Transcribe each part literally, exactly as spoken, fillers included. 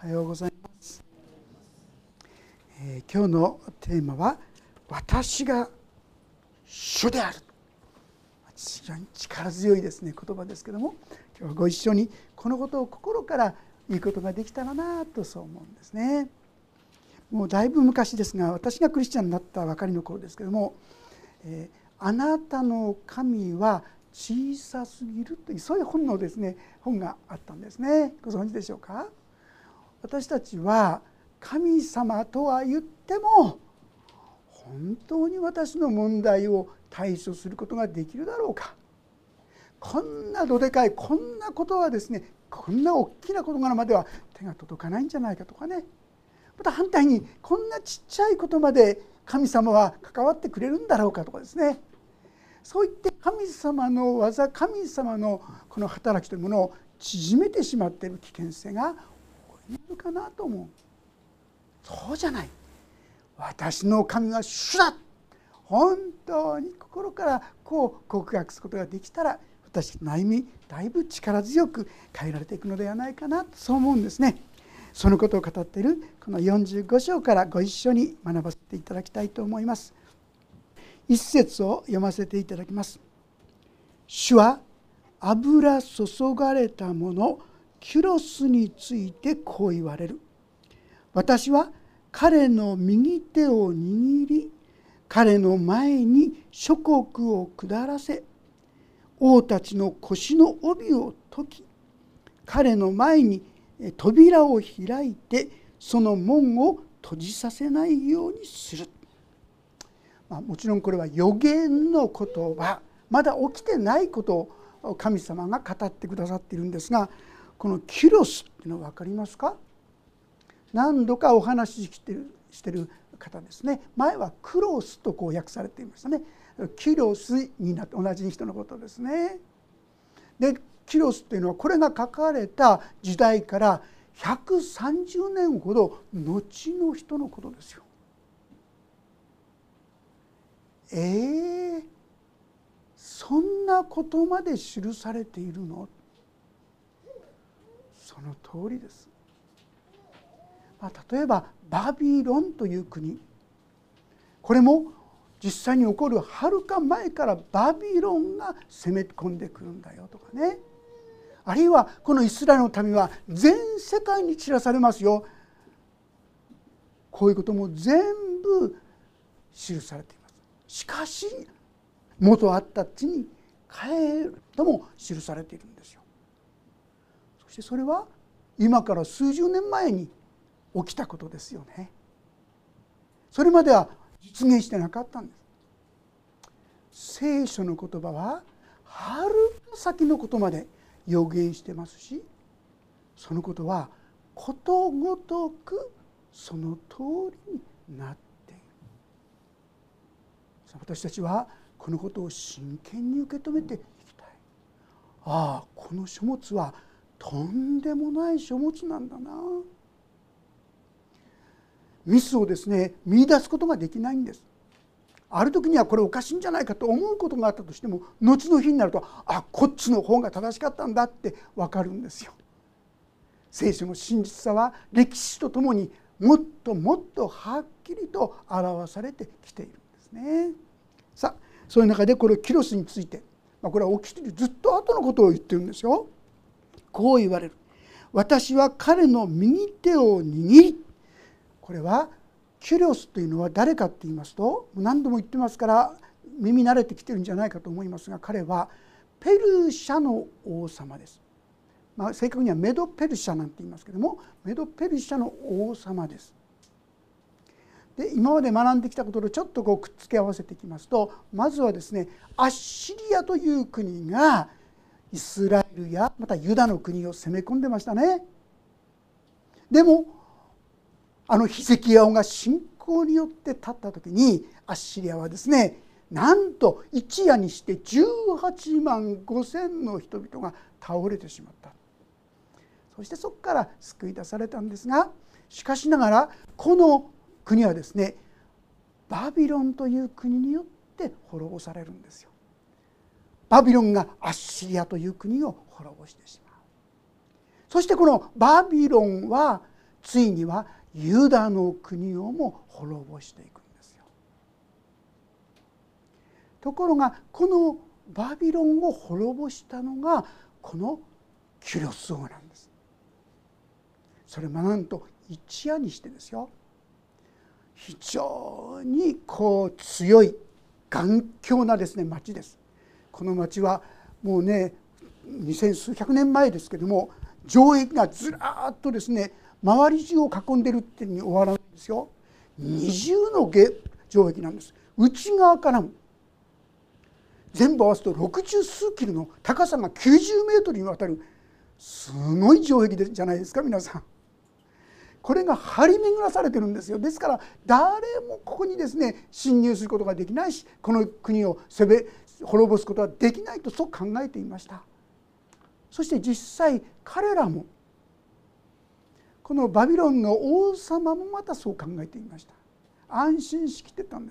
おはようございます、えー、今日のテーマは私が主である。非常に力強いですね言葉ですけども、今日はご一緒にこのことを心から言うことができたらなとそう思うんですね。もうだいぶ昔ですが、私がクリスチャンになったばかりの頃ですけども、えー、あなたの神は小さすぎるというそういう本のですね本があったんですね。ご存知でしょうか。私たちは神様とは言っても本当に私の問題を対処することができるだろうか。こんなどでかいこんなことはですね、こんな大きな事柄までは手が届かないんじゃないかとかね、また反対にこんなちっちゃいことまで神様は関わってくれるんだろうかとかですね、そういって神様の技、神様のこの働きというものを縮めてしまっている危険性があるかなと思う。そうじゃない。私の神は主だ。本当に心からこう告白することができたら、私の歩みだいぶ力強く変えられていくのではないかなとそう思うんですね。そのことを語っているこのよんじゅうご章からご一緒に学ばせていただきたいと思います。一節を読ませていただきます。主は油注がれたものキュロスについてこう言われる。私は彼の右手を握り、彼の前に諸国を下らせ、王たちの腰の帯を解き、彼の前に扉を開いてその門を閉じさせないようにする。まあ、もちろんこれは予言の言葉、まだ起きてないことを神様が語ってくださっているんですが、このキュロスっていうのは分かりますか。何度かお話ししてるしてる方ですね。前はクロスとこう訳されていましたね。キュロスになって同じ人のことですね。でキュロスというのはこれが書かれた時代からひゃくさんじゅうねんほど後の人のことですよ。えー、そんなことまで記されているの。その通りです。まあ、例えばバビロンという国、これも実際に起こるはるか前からバビロンが攻め込んでくるんだよとかね、あるいはこのイスラエルの民は全世界に散らされますよ、こういうことも全部記されています。しかし元あった地に帰るとも記されているんですよ。そしてそれは今から数十年前に起きたことですよね。それまでは実現してなかったんです。聖書の言葉ははるか先のことまで予言してますし、そのことはことごとくその通りになっている。私たちはこのことを真剣に受け止めていきたい。ああ、この書物はとんでもない書物なんだな。ミスをですね見出すことができないんです。ある時にはこれおかしいんじゃないかと思うことがあったとしても、後の日になるとあこっちの方が正しかったんだって分かるんですよ。聖書の真実さは歴史とともにもっともっとはっきりと表されてきているんですね。さあ、そういう中でこれキュロスについて、まあ、これは起きているずっと後のことを言ってるんですよ。こう言われる。私は彼の右手を握り、これはキュロスというのは誰かって言いますと、何度も言ってますから耳慣れてきてるんじゃないかと思いますが、彼はペルシャの王様です。まあ、正確にはメドペルシャなんて言いますけども、メドペルシャの王様です。で今まで学んできたこととちょっとこうくっつけ合わせていきますと、まずはですね、アッシリアという国がイスラエルやまたユダの国を攻め込んでましたね。でもあのヒゼキヤ王が信仰によって立った時に、アッシリアはですね、なんと一夜にしてじゅうはちまんごせんの人々が倒れてしまった。そしてそこから救い出されたんですが、しかしながらこの国はですね、バビロンという国によって滅ぼされるんですよ。バビロンがアッシリアという国を滅ぼしてしまう。そしてこのバビロンはついにはユダの国をも滅ぼしていくんですよ。ところがこのバビロンを滅ぼしたのがこのキュリオス王なんです。それもなんと一夜にしてですよ、非常にこう強い頑強なですね町です。この町はもうね二千数百年前ですけども、城壁がずらっとですね周り中を囲んでるっていうに終わらないんですよ。二重の城壁なんです。内側からも全部合わせると六十数キロの高さがきゅうじゅうメートルにわたるすごい城壁じゃないですか皆さん。これが張り巡らされてるんですよ。ですから誰もここにですね侵入することができないし、この国を攻め滅ぼすことはできないとそう考えていました。そして実際彼らもこのバビロンの王様もまたそう考えていました。安心しきってたんです。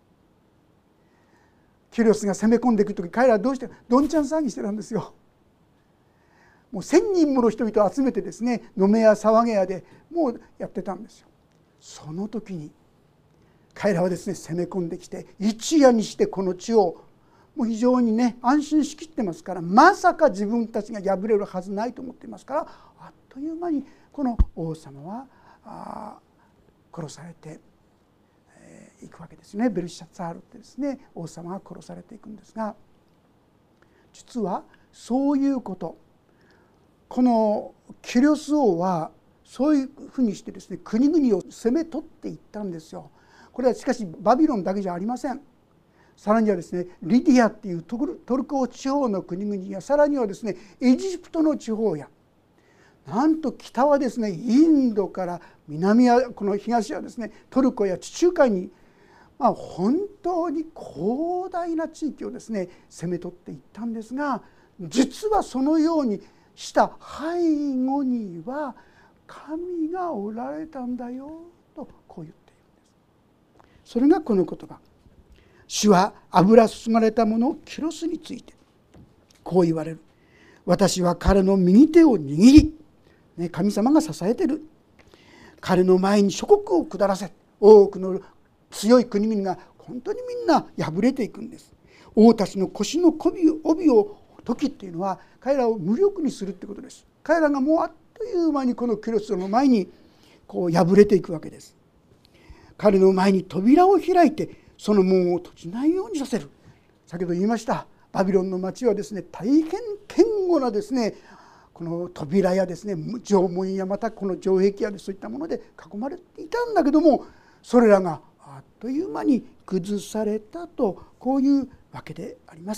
キュリオスが攻め込んでいく時、彼らはどうしてどんちゃん騒ぎしてたんですよ。もう千人もの人々を集めてですね飲めや騒げやでもうやってたんですよ。その時に彼らはですね攻め込んできて一夜にしてこの地をもう非常にね安心しきってますから、まさか自分たちが敗れるはずないと思っていますから、あっという間にこの王様はあ殺されていくわけですよね。ベルシャツァールってですね王様が殺されていくんですが、実はそういうこと、このキュリオス王はそういうふうにしてですね国々を攻め取っていったんですよ。これはしかしバビロンだけじゃありません。さらにはですねリディアっていうトルコ地方の国々や、さらにはですねエジプトの地方や、なんと北はですねインドから南はこの東はですねトルコや地中海に、まあ、本当に広大な地域をですね攻め取っていったんですが、実はそのようにした背後には神がおられたんだよとこう言っているんです。それがこの言葉、主は油注がれたものキュリオスについてこう言われる。私は彼の右手を握り、ね、神様が支えている。彼の前に諸国を下らせ、多くの強い国々が本当にみんな敗れていくんです。王たちの腰の帯を時っていうのは彼らを無力にするってことです。彼らがもうあっという間にこのキュリオスの前にこう敗れていくわけです。彼の前に扉を開いてその門を閉じないようにさせる。先ほど言いましたバビロンの町はですね大変堅固なですねこの扉やですね城門やまたこの城壁やでそういったもので囲まれていたんだけども、それらがあっという間に崩されたと、こういうわけであります。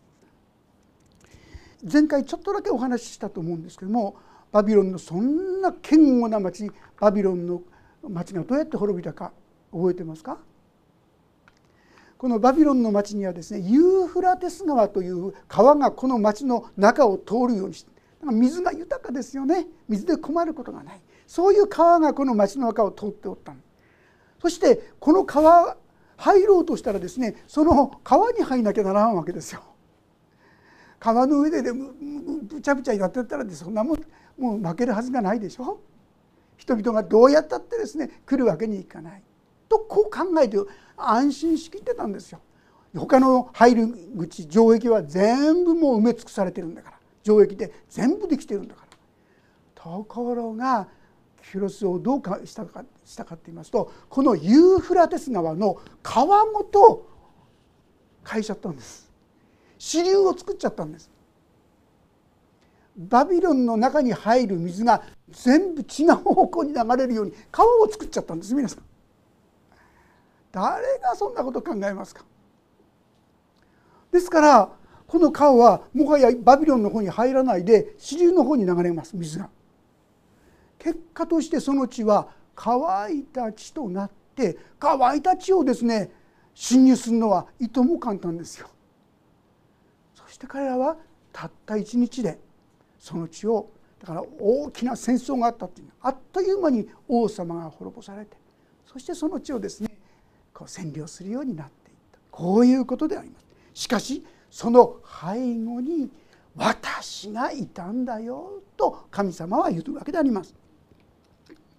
前回ちょっとだけお話ししたと思うんですけども、バビロンのそんな堅固な町、バビロンの町がどうやって滅びたか覚えてますか？このバビロンの町にはですねユーフラテス川という川がこの町の中を通るようにして、水が豊かですよね。水で困ることがない、そういう川がこの町の中を通っておったの。そしてこの川入ろうとしたらですねその川に入んなきゃならんわけですよ。川の上ででぶちゃぶちゃやってたらそんなもんもう負けるはずがないでしょ。人々がどうやったってですね来るわけにいかないとこう考えて安心しきってたんですよ。他の入る口城壁は全部もう埋め尽くされてるんだから、城壁で全部できてるんだから。ところがキュリオスをどうかしたかしたかって言いますと、このユーフラテス川の川ごと変えちゃったんです。支流を作っちゃったんです。バビロンの中に入る水が全部違う方向に流れるように川を作っちゃったんです。皆さん誰がそんなこと考えますか？ですからこの川はもはやバビロンの方に入らないで支流の方に流れます。水が結果としてその地は乾いた地となって、乾いた地をですね侵入するのはいとも簡単ですよ。そして彼らはたった一日でその地を、だから大きな戦争があったっていう、あっという間に王様が滅ぼされて、そしてその地をですねこう占領するようになっていった、こういうことであります。しかしその背後に私がいたんだよと神様は言うわけであります。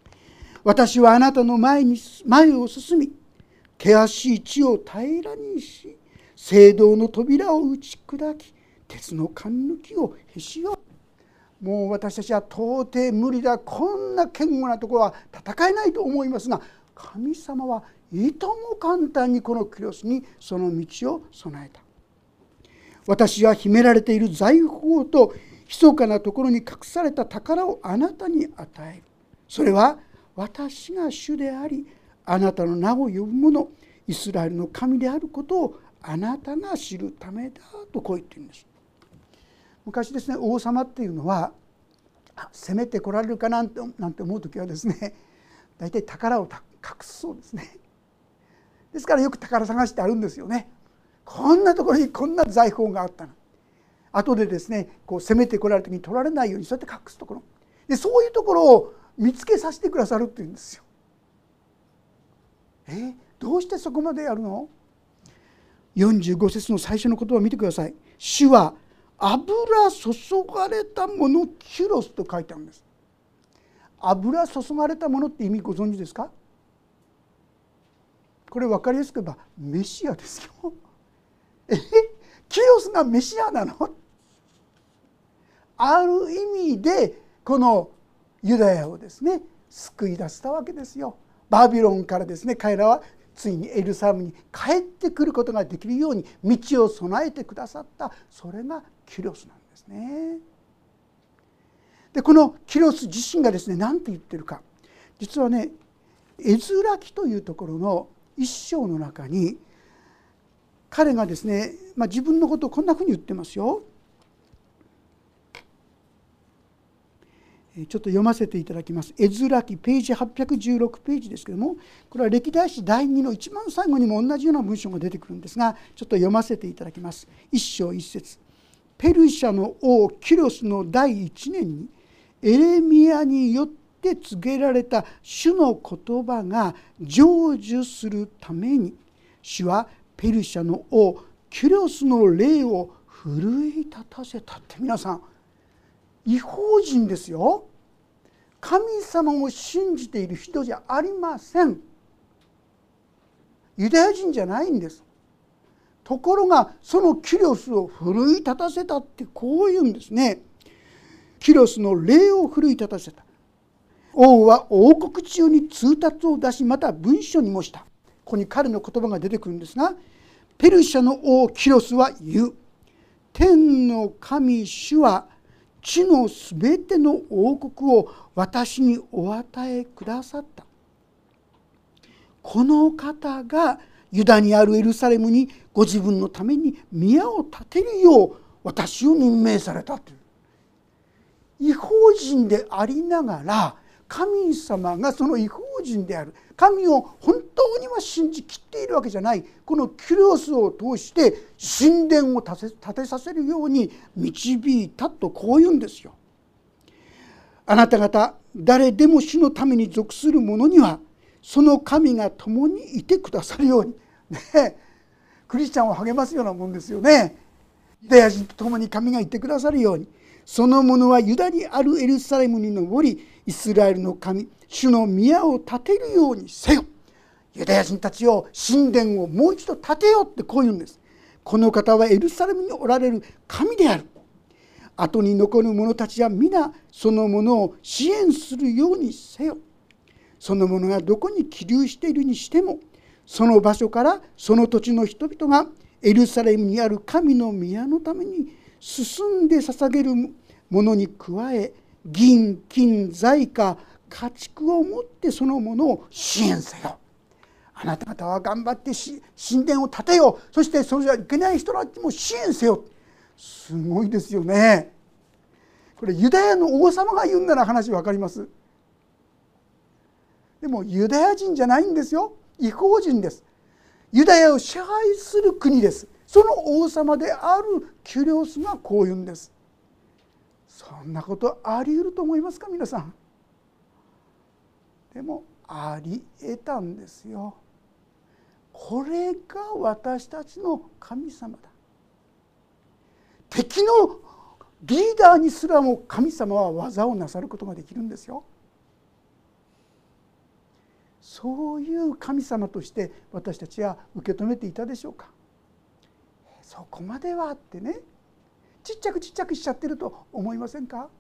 私はあなたの前に前を進み、険しい地を平らにし、聖堂の扉を打ち砕き、鉄の栓抜きをへしよう。もう私たちは到底無理だ、こんな堅固なところは戦えないと思いますが、神様はいとも簡単にこのキリスにその道を備えた。私は秘められている財宝と密かなところに隠された宝をあなたに与える。それは私が主であり、あなたの名を呼ぶ者、イスラエルの神であることをあなたが知るためだとこう言っているんです。昔ですね、王様っていうのは攻めてこられるかなんてなんて思う時はですね、大体宝を隠すそうですね。ですからよく宝探しってあるんですよね。こんなところにこんな財宝があったの。後でですね、こう攻めてこられる時に取られないようにそうやって隠すところで、そういうところを見つけさせてくださるっていうんですよ。えどうしてそこまでやるの？よんじゅうご節の最初の言葉を見てください。主は油注がれたものキュロスと書いてあるんです。油注がれたものって意味ご存知ですか？これ分かりやすく言えばメシアですよ。えキュロスがメシアなの？ある意味でこのユダヤをですね救い出したわけですよ。バビロンからですね彼らはついにエルサレムに帰ってくることができるように道を備えてくださった、それがキュロスなんですね。でこのキュロス自身がですね何て言ってるか、実はね絵面記というところの一章の中に彼がですね、まあ、自分のことをこんなふうに言ってますよ。ちょっと読ませていただきます。絵面記ページはっぴゃくじゅうろくページですけども、これは歴代史だいにの一番最後にも同じような文章が出てくるんですが、ちょっと読ませていただきます。一章一節。ペルシャの王キュロスのだいいちねんにエレミヤによって告げられた主の言葉が成就するために、主はペルシャの王キュロスの霊を奮い立たせたって、皆さん異邦人ですよ。神様を信じている人じゃありません。ユダヤ人じゃないんです。ところがそのキュロスを奮い立たせたってこういうんですね。キュロスの霊を奮い立たせた。王は王国中に通達を出し、また文書にもした。ここに彼の言葉が出てくるんですが、ペルシャの王キュロスは言う。天の神主は地のすべての王国を私にお与えくださった。この方がユダにあるエルサレムにご自分のために宮を建てるよう私を任命されたという。異邦人でありながら神様がその異邦人である神を本当には信じきっているわけじゃないこのキュロスを通して神殿を建てさせるように導いたとこう言うんですよ。あなた方誰でも主のために属する者にはその神が共にいてくださるように、ね、クリスチャンを励ますようなもんですよね。ユダヤ人と共に神がいてくださるように、その者はユダにあるエルサレムに登り、イスラエルの神主の宮を建てるようにせよ。ユダヤ人たちを神殿をもう一度建てようってこう言うんです。この方はエルサレムにおられる神である。後に残る者たちは皆その者を支援するようにせよ。その者がどこに起立しているにしても、その場所からその土地の人々がエルサレムにある神の宮のために進んで捧げるものに加え、銀金財貨家畜をもってそのものを支援せよ。あなた方は頑張って神殿を建てよう。そしてそれじゃいけない人たちも支援せよ。すごいですよね。これユダヤの王様が言うんなら話分かります。でもユダヤ人じゃないんですよ。異邦人です。ユダヤを支配する国です。その王様であるキュリオスがこう言うんです。そんなことあり得ると思いますか皆さん。でもあり得たんですよ。これが私たちの神様だ。敵のリーダーにすらも神様は技をなさることができるんですよ。 そういう神様として私たちは受け止めていたでしょうか。そこまではってね、ちっちゃくちっちゃくしちゃってると思いませんか。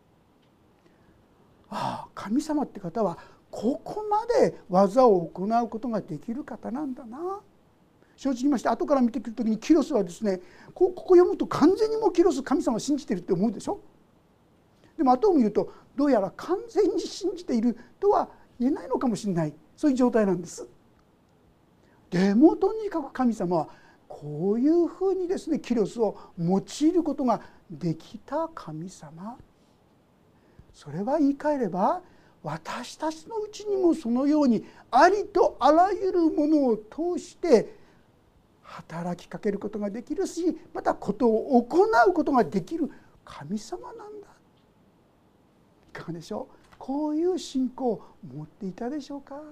ああ、神様って方はここまで技を行うことができる方なんだな。正直言いまして、後から見てくるときにキロスはですね、こここ読むと完全にもうキロス神様を信じてるって思うでしょ。でも後を見るとどうやら完全に信じているとは言えないのかもしれない、そういう状態なんです。でもとにかく神様はこういうふうにですね、キロスを用いることができた神様。それは言い換えれば、私たちのうちにもそのようにありとあらゆるものを通して働きかけることができるし、またことを行うことができる神様なんだ。いかがでしょう。こういう信仰を持っていたでしょうか。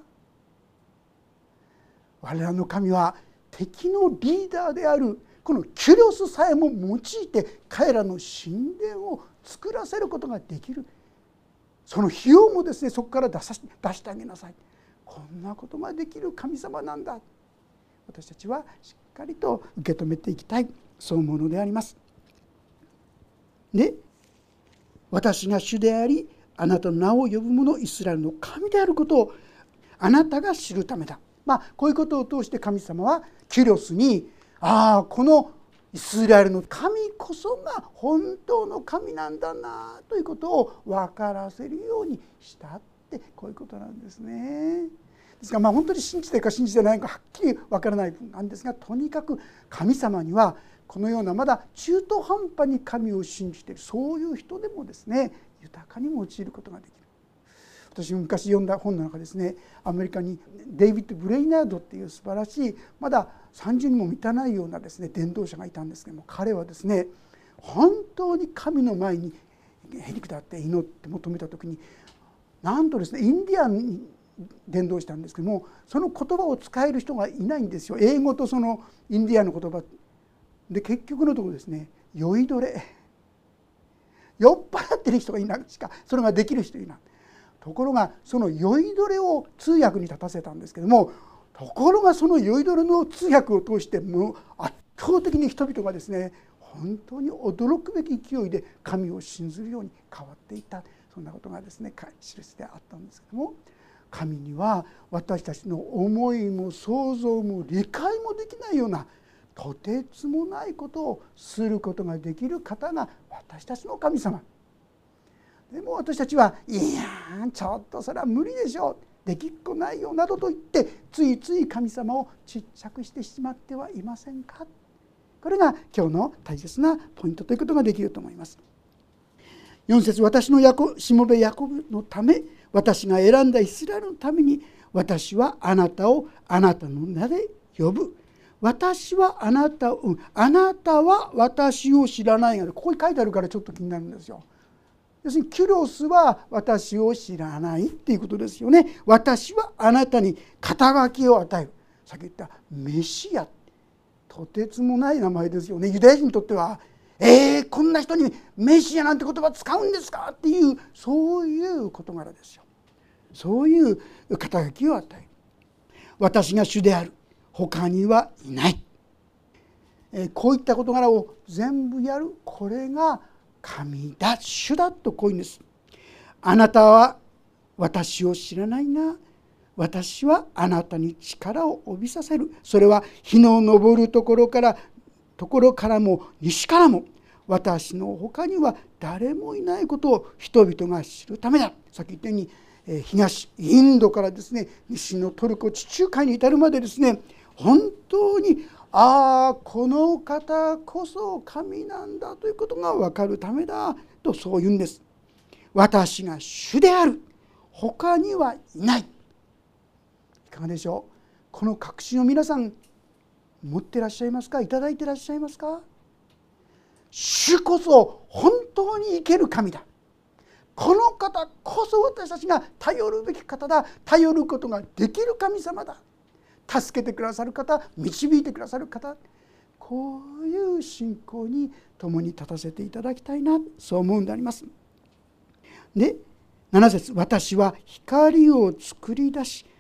我らの神は敵のリーダーであるこのキュリオスさえも用いて彼らの神殿を作らせることができる。その費用もですね、そこから出さ出してあげなさい。こんなことができる神様なんだ。私たちはしっかりと受け止めていきたい、そう思うのであります。で、私が主であり、あなたの名を呼ぶ者イスラエルの神であることをあなたが知るためだ。まあ、こういうことを通して神様はキュリオスに、ああ、このイスラエルの神こそが本当の神なんだなということを分からせるようにしたって、こういうことなんですね。ですからまあ本当に信じているか信じていないかはっきり分からない分なんですが、とにかく神様にはこのようなまだ中途半端に神を信じているそういう人でもですね、豊かに用いることができる。私も昔読んだ本の中ですね、アメリカにデイビッド・ブレイナードっていう素晴らしい、まださんじゅうにも満たないようなですね伝道者がいたんですけども、彼はですね、本当に神の前にへりくだって祈って求めた時に、なんとですねインディアンに伝道したんですけども、その言葉を使える人がいないんですよ。英語とそのインディアンの言葉で、結局のところですね、酔いどれ、酔っ払ってる人がいないしかそれができる人いない。ところがその酔いどれを通訳に立たせたんですけども、ところがその酔いどれの通訳を通してもう圧倒的に人々がですね、本当に驚くべき勢いで神を信ずるように変わっていった、そんなことがですね印であったんですけども、神には私たちの思いも想像も理解もできないようなとてつもないことをすることができる方が私たちの神様。でも私たちはいやちょっとそれは無理でしょう、できっこないよなどと言ってついつい神様をちっちゃくしてしまってはいませんか。これが今日の大切なポイントということができると思います。よん節、私のヤコしもべヤコブのため、私が選んだイスラエルのために、私はあなたをあなたの名で呼ぶ。私はあなたを、うん、あなたは私を知らないが、ここに書いてあるからちょっと気になるんですよ。要するにキュリオスは私を知らないっていうことですよね。私はあなたに肩書きを与える。さっき言ったメシア、とてつもない名前ですよね。ユダヤ人にとってはえー、こんな人にメシアなんて言葉使うんですかっていう、そういう事柄ですよ。そういう肩書きを与える。私が主である、他にはいない、えー、こういった事柄を全部やる、これが神だ、主だとこういうんです。あなたは私を知らないが、私はあなたに力を帯びさせる。それは日の昇るところからところからも西からも、私の他には誰もいないことを人々が知るためだ。さっき言ったように、え東インドからですね、西のトルコ地中海に至るまでですね、本当にああこの方こそ神なんだということが分かるためだと、そう言うんです。私が主である、他にはいない。いかがでしょう。この確信を皆さん持ってらっしゃいますか。いただいてらっしゃいますか。主こそ本当に生ける神だ。この方こそ私たちが頼るべき方だ。頼ることができる神様だ。助けてくださる方、導いてくださる方、こういう信仰に共に立たせていただきたいな、そう思うんであります。で、なな節、私は光を作り出し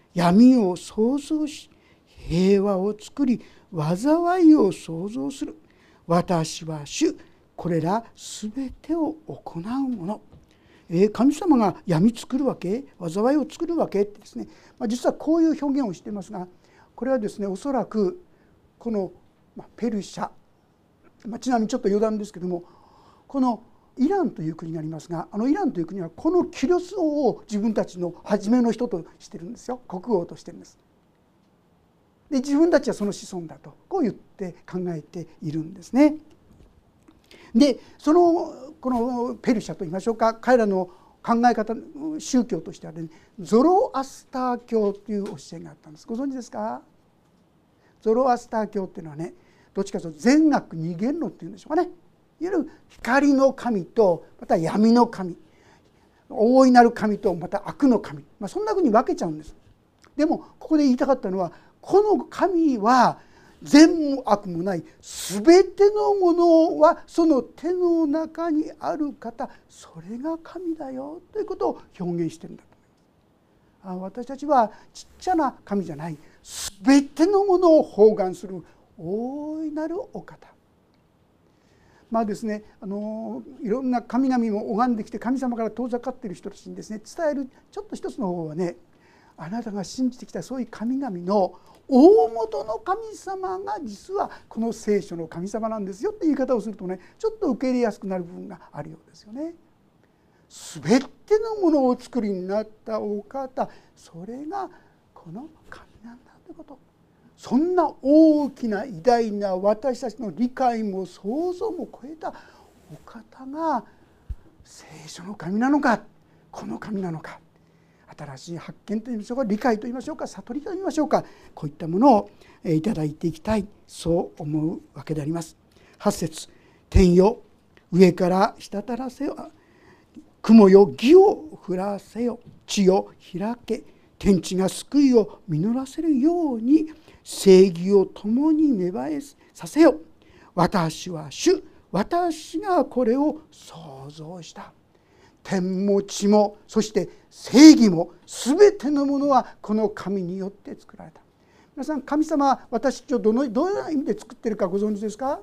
闇を創造し平和を作り災いを創造する。私は主、これらすべてを行うもの。えー、神様が闇作るわけ、災いを作るわけってですね、まあ、実はこういう表現をしていますが、これはですねおそらくこのペルシャ、まあ、ちなみにちょっと余談ですけども、このイランという国がありますが、あのイランという国はこのキリストを自分たちの初めの人としてるんですよ。国王としてるんです。で自分たちはその子孫だとこう言って考えているんですね。でそのこのペルシャといいましょうか、彼らの考え方宗教としては、ね、ゾロアスター教という教えがあったんです。ご存知ですか？ゾロアスター教っていうのはね、どっちかというと善悪二元論っていうんでしょうかね。いわゆる光の神とまた闇の神、大いなる神とまた悪の神、まあ、そんなふうに分けちゃうんです。でもここで言いたかったのは、この神は善も悪もない全てのものはその手の中にある方、それが神だよということを表現してるんだと思います。私たちはちっちゃな神じゃない、全てのものを包含する大いなるお方。まあですね、あのいろんな神々も拝んできて神様から遠ざかっている人たちにですね伝えるちょっと一つの方はね、あなたが信じてきたそういう神々の大元の神様が実はこの聖書の神様なんですよって言い方をするとね、ちょっと受け入れやすくなる部分があるようですよね。全てのものを作りになったお方、それがこの神なんだということ。そんな大きな偉大な私たちの理解も想像も超えたお方が聖書の神なのか、この神なのか、新しい発見といいましょうか、理解といいましょうか、悟りといいましょうか、こういったものをいただいていきたい、そう思うわけであります。はち節、天よ上から滴らせよ、雲よ義を降らせよ、地よ開け、天地が救いを実らせるように正義を共に芽生えさせよ。私は主、私がこれを創造した。天も地もそして正義も全てのものはこの神によって作られた。皆さん、神様は私たちをどのどのような意味で作っているかご存知ですか？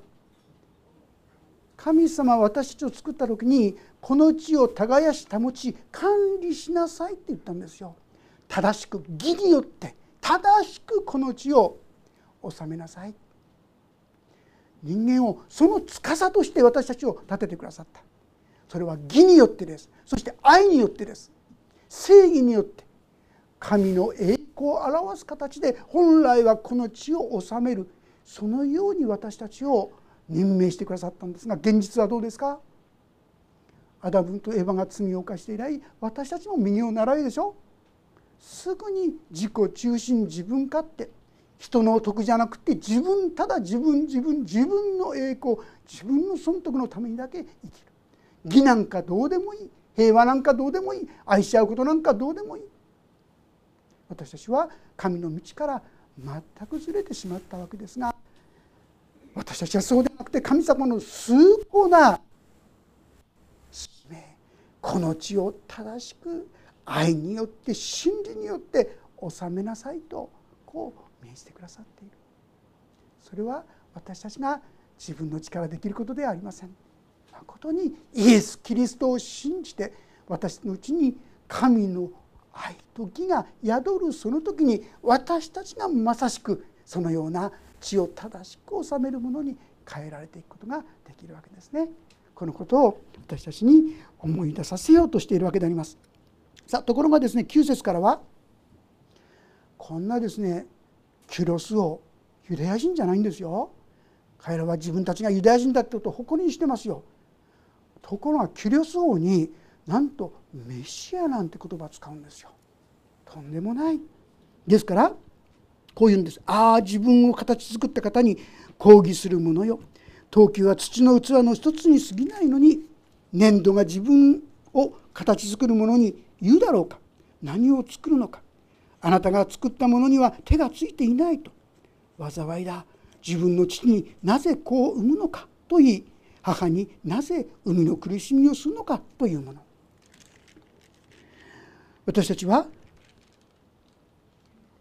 神様は私たちを作った時に、この地を耕し保ち管理しなさいって言ったんですよ。正しく義によって正しくこの地を治めなさい。人間をその司として私たちを立ててくださった。それは義によってです。そして愛によってです。正義によって神の栄光を表す形で本来はこの地を治める、そのように私たちを任命してくださったんですが、現実はどうですか？アダムとエヴァが罪を犯して以来、私たちも右を習いでしょ。すぐに自己中心、自分勝手、人の得じゃなくて自分、ただ自分自分自分の栄光、自分の損得のためにだけ生きる。義なんかどうでもいい、平和なんかどうでもいい、愛し合うことなんかどうでもいい。私たちは神の道から全くずれてしまったわけですが、私たちはそうでなくて、神様の崇高な使命、この地を正しく愛によって真理によって治めなさいとこう命じてくださっている。それは私たちが自分の力でできることではありません。誠にイエス・キリストを信じて、私のうちに神の愛と義が宿るその時に、私たちがまさしくそのような地を正しく治めるものに変えられていくことができるわけですね。このことを私たちに思い出させようとしているわけであります。さあ、ところがですね、きゅう節からはこんなですね、キュロス王、ユダヤ人じゃないんですよ。彼らは自分たちがユダヤ人だってことを誇りにしてますよ。ところがキュリオス王になんとメシアなんて言葉を使うんですよ。とんでもない。ですからこう言うんです。ああ、自分を形作った方に抗議する者よ。陶器は土の器の一つに過ぎないのに、粘土が自分を形作る者に言うだろうか。何を作るのか。あなたが作ったものには手がついていないと。災いだ。自分の父になぜ子を産むのかと言い、母になぜ産みの苦しみをするのかというもの。私たちは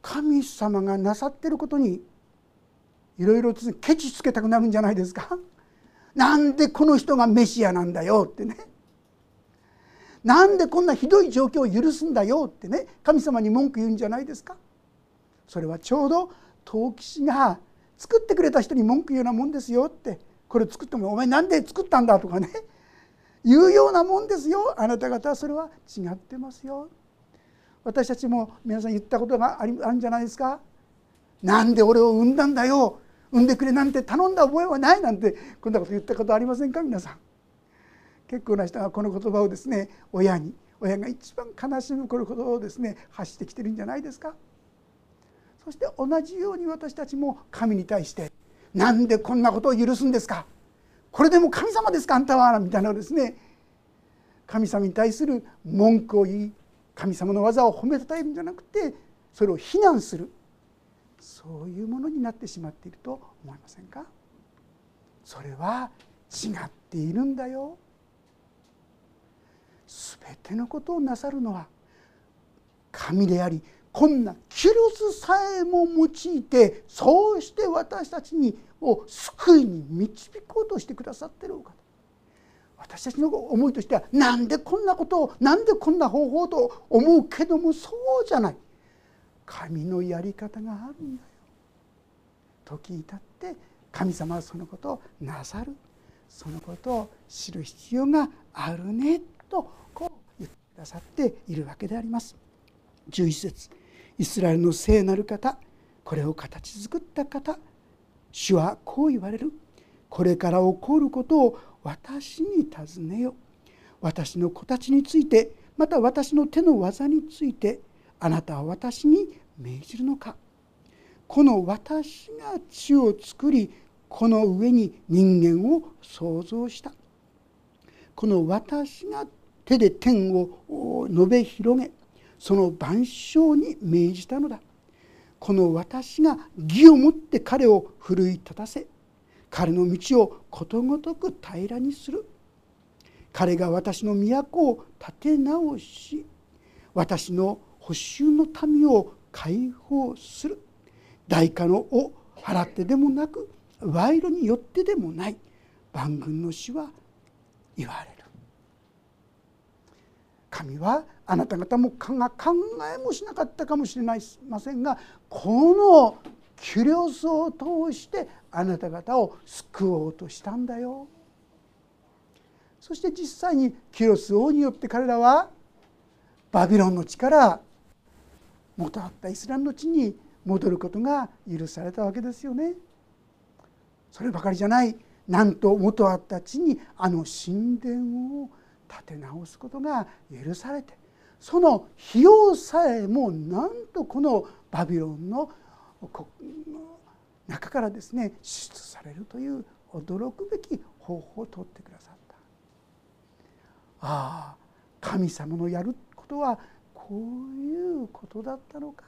神様がなさっていることにいろいろケチつけたくなるんじゃないですか。なんでこの人がメシアなんだよってね、なんでこんなひどい状況を許すんだよってね、神様に文句言うんじゃないですか。それはちょうど陶器師が作ってくれた人に文句言うようなもんですよって、これを作ってもお前なんで作ったんだとかね言うようなもんですよ。あなた方はそれは違ってますよ。私たちも皆さん言ったことがあるんじゃないですか。なんで俺を産んだんだよ、産んでくれなんて頼んだ覚えはないなんて、こんなこと言ったことありませんか。皆さん結構な人がこの言葉をですね、親に親が一番悲しむこのことをですね発してきてるんじゃないですか。そして同じように私たちも神に対してなんでこんなことを許すんですか、これでも神様ですかあんたは、みたいなですね、神様に対する文句を言い、神様の技を褒めたたえるんじゃなくてそれを非難する、そういうものになってしまっていると思いませんか。それは違っているんだよ。すべてのことをなさるのは神であり、こんなキリスさえも用いて、そうして私たちにを救いに導こうとしてくださっているお方。私たちの思いとしては、なんでこんなことを、なんでこんな方法と思うけども、そうじゃない。神のやり方があるんだよ。時にたって神様はそのことをなさる、そのことを知る必要があるねとこう言ってくださっているわけであります。じゅういち節、イスラエルの聖なる方、これを形作った方、主はこう言われる。これから起こることを私に尋ねよ。私の子たちについて、また私の手の技について、あなたは私に命じるのか。この私が地を作り、この上に人間を創造した。この私が手で天を述べ広げ、その万象に命じたのだ。この私が義をもって彼を奮い立たせ、彼の道をことごとく平らにする。彼が私の都を立て直し、私の捕囚の民を解放する。代価のを払ってでもなく、賄賂によってでもない。万軍の主は言われる。神はあなた方も考えもしなかったかもしれませんが、このキリスを通してあなた方を救おうとしたんだよ。そして実際にキリス王によって彼らはバビロンの地から元あったイスラムの地に戻ることが許されたわけですよね。そればかりじゃない、なんと元あった地にあの神殿を建て直すことが許されて、その費用さえもなんとこのバビロンの中からですね支出されるという驚くべき方法をとってくださった。ああ、神様のやることはこういうことだったのか。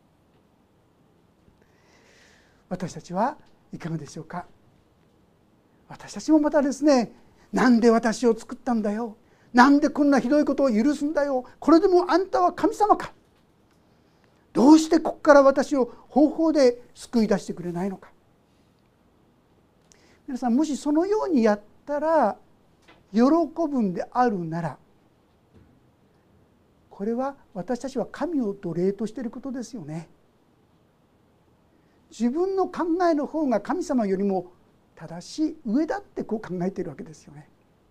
私たちはいかがでしょうか。私たちもまたですね、なんで私を作ったんだよ、なんでこんなひどいことを許すんだよ、これでもあんたは神様か、どうしてここから私を方法で救い出してくれないのか。皆さん、もしそのようにやったら喜ぶんであるなら、これは私たちは神を奴隷としていることですよね。自分の考えの方が神様よりも正しい、上だってこう考えているわけですよね。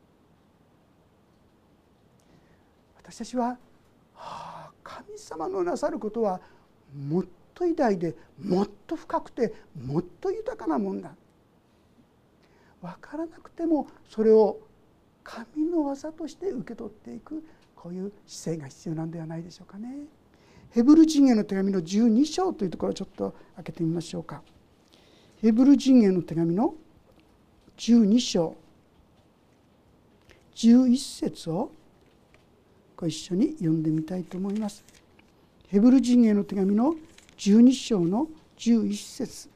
私たちは、はあ、神様のなさることはもっと偉大で、もっと深くて、もっと豊かなもんだ。分からなくてもそれを神の技として受け取っていく、こういう姿勢が必要なんではないでしょうかね。ヘブル人への手紙のじゅうに章というところをちょっと開けてみましょうか。ヘブル人への手紙のじゅうに章じゅういち節をご一緒に読んでみたいと思います。ヘブル人への手紙のじゅうに章のじゅういち節、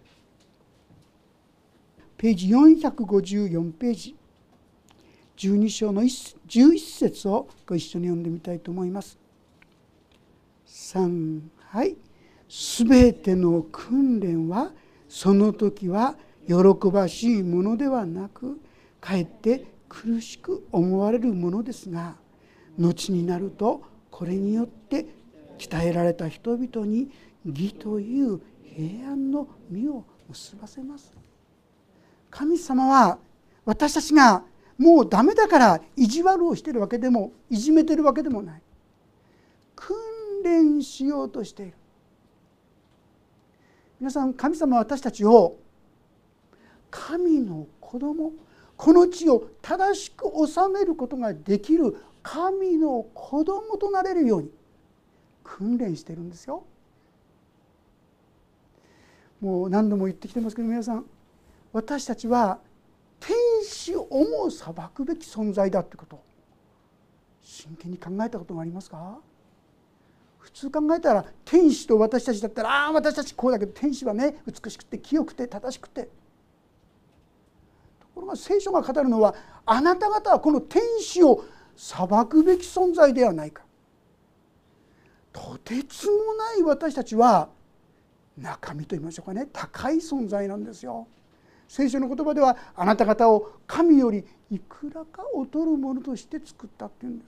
ページよんひゃくごじゅうよんページ、じゅうに章のじゅういち節をご一緒に読んでみたいと思います。さん、はい。 すべての訓練はその時は喜ばしいものではなく、かえって苦しく思われるものですが、後になるとこれによって鍛えられた人々に義という平安の実を結ばせます。神様は私たちがもうダメだから意地悪をしているわけでもいじめているわけでもない。訓練しようとしている。皆さん、神様は私たちを神の子供、この地を正しく治めることができる神の子供となれるように訓練しているんですよ。もう何度も言ってきてますけど、皆さん、私たちは天使をも裁くべき存在だということを真剣に考えたことがありますか？普通考えたら天使と私たちだったら、ああ私たちこうだけど、天使はね美しくて清くて正しくて、ところが聖書が語るのは、あなた方はこの天使を裁くべき存在ではないか。とてつもない私たちは中身と言いましょうかね、高い存在なんですよ。聖書の言葉では、あなた方を神よりいくらか劣るものとして作ったっていうんです。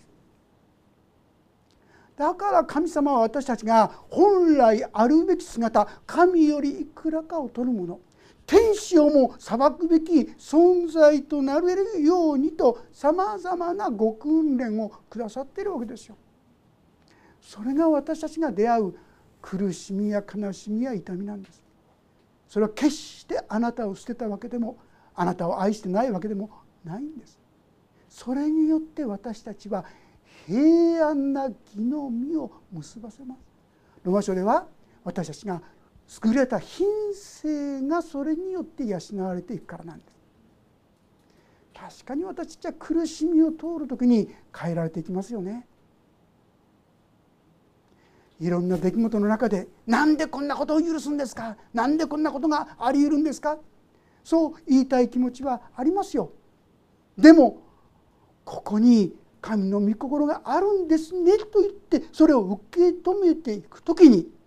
だから神様は私たちが本来あるべき姿、神よりいくらか劣るもの、天使をも裁くべき存在となれるようにと、さまざまなご訓練をくださっているわけですよ。それが私たちが出会う苦しみや悲しみや痛みなんです。それは決してあなたを捨てたわけでも、あなたを愛してないわけでもないんです。それによって私たちは平安な義の実を結ばせます。ローマ書では、私たちが優れた品性がそれによって養われていくからなんです。確かに私たちは苦しみを通るときに変えられていきますよね。いろんな出来事の中で、なんでこんなことを許すんですか、なんでこんなことがあり得るんですか、そう言いたい気持ちはありますよ。でもここに神の御心があるんですねと言って、それを受け止めていくときに、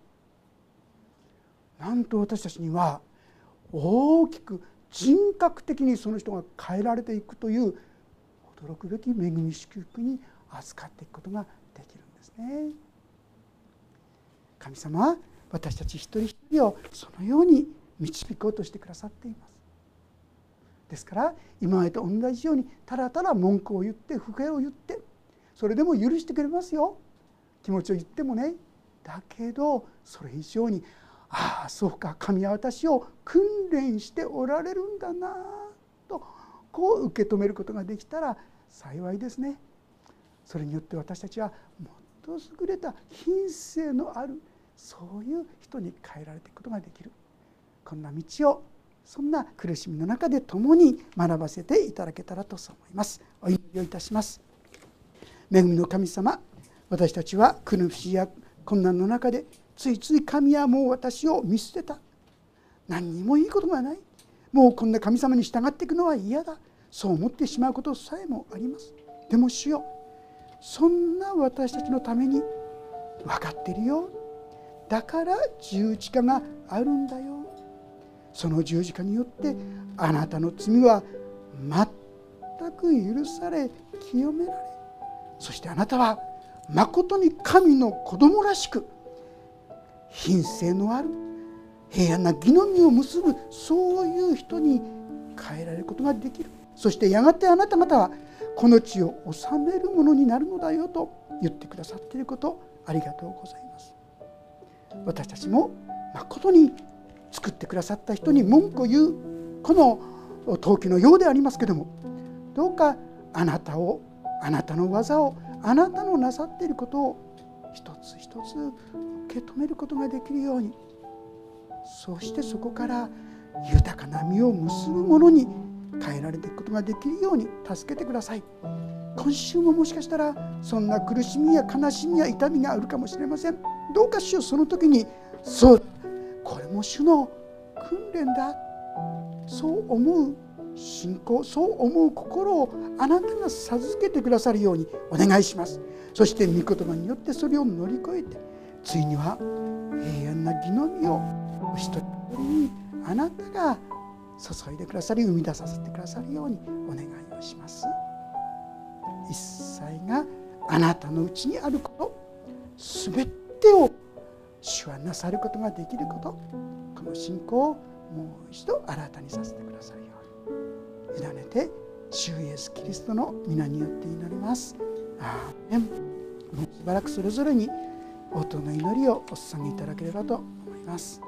なんと私たちには大きく人格的にその人が変えられていくという驚くべき恵み祝福に預かっていくことができるんですね。神様は私たち一人一人をそのように導こうとしてくださっています。ですから今までと同じようにただただ文句を言って不平を言って、それでも許してくれますよ、気持ちを言ってもね。だけどそれ以上に、ああそうか、神は私を訓練しておられるんだなと、こう受け止めることができたら幸いですね。それによって私たちはもっと優れた品性のある、そういう人に変えられていくことができる。こんな道を、そんな苦しみの中で共に学ばせていただけたらと思います。お祈りをいたします。恵みの神様、私たちは苦しみや困難の中でついつい神はもう私を見捨てた、何にもいいことがない、もうこんな神様に従っていくのは嫌だ、そう思ってしまうことさえもあります。でも主よ、そんな私たちのために分かっているよ、だから十字架があるんだよ、その十字架によってあなたの罪は全く許され清められ、そしてあなたはまことに神の子供らしく品性のある平安な義の実を結ぶ、そういう人に変えられることができる。そしてやがてあなた方はこの地を治めるものになるのだよと言ってくださっていること、ありがとうございます。私たちもまことに作ってくださった人に文句を言うこの陶器のようでありますけれども、どうかあなたを、あなたの技を、あなたのなさっていることを一つ一つ受け止めることができるように、そしてそこから豊かな実を結ぶものに変えられていくことができるように助けてください。今週ももしかしたらそんな苦しみや悲しみや痛みがあるかもしれません。どうか主よ、その時に、そうこれも主の訓練だ、そう思う信仰、そう思う心をあなたが授けてくださるようにお願いします。そして御言葉によってそれを乗り越えて、ついには平安な義の実をお一人一人にあなたが注いでくださり、生み出させてくださるようにお願いをします。一切があなたのうちにあること、すべてを主はなさることができること、この信仰をもう一度新たにさせてくださるように委ねて、主イエスキリストの皆によって祈ります。アーメン。もうしばらくそれぞれに応答の祈りをお捧げいただければと思います。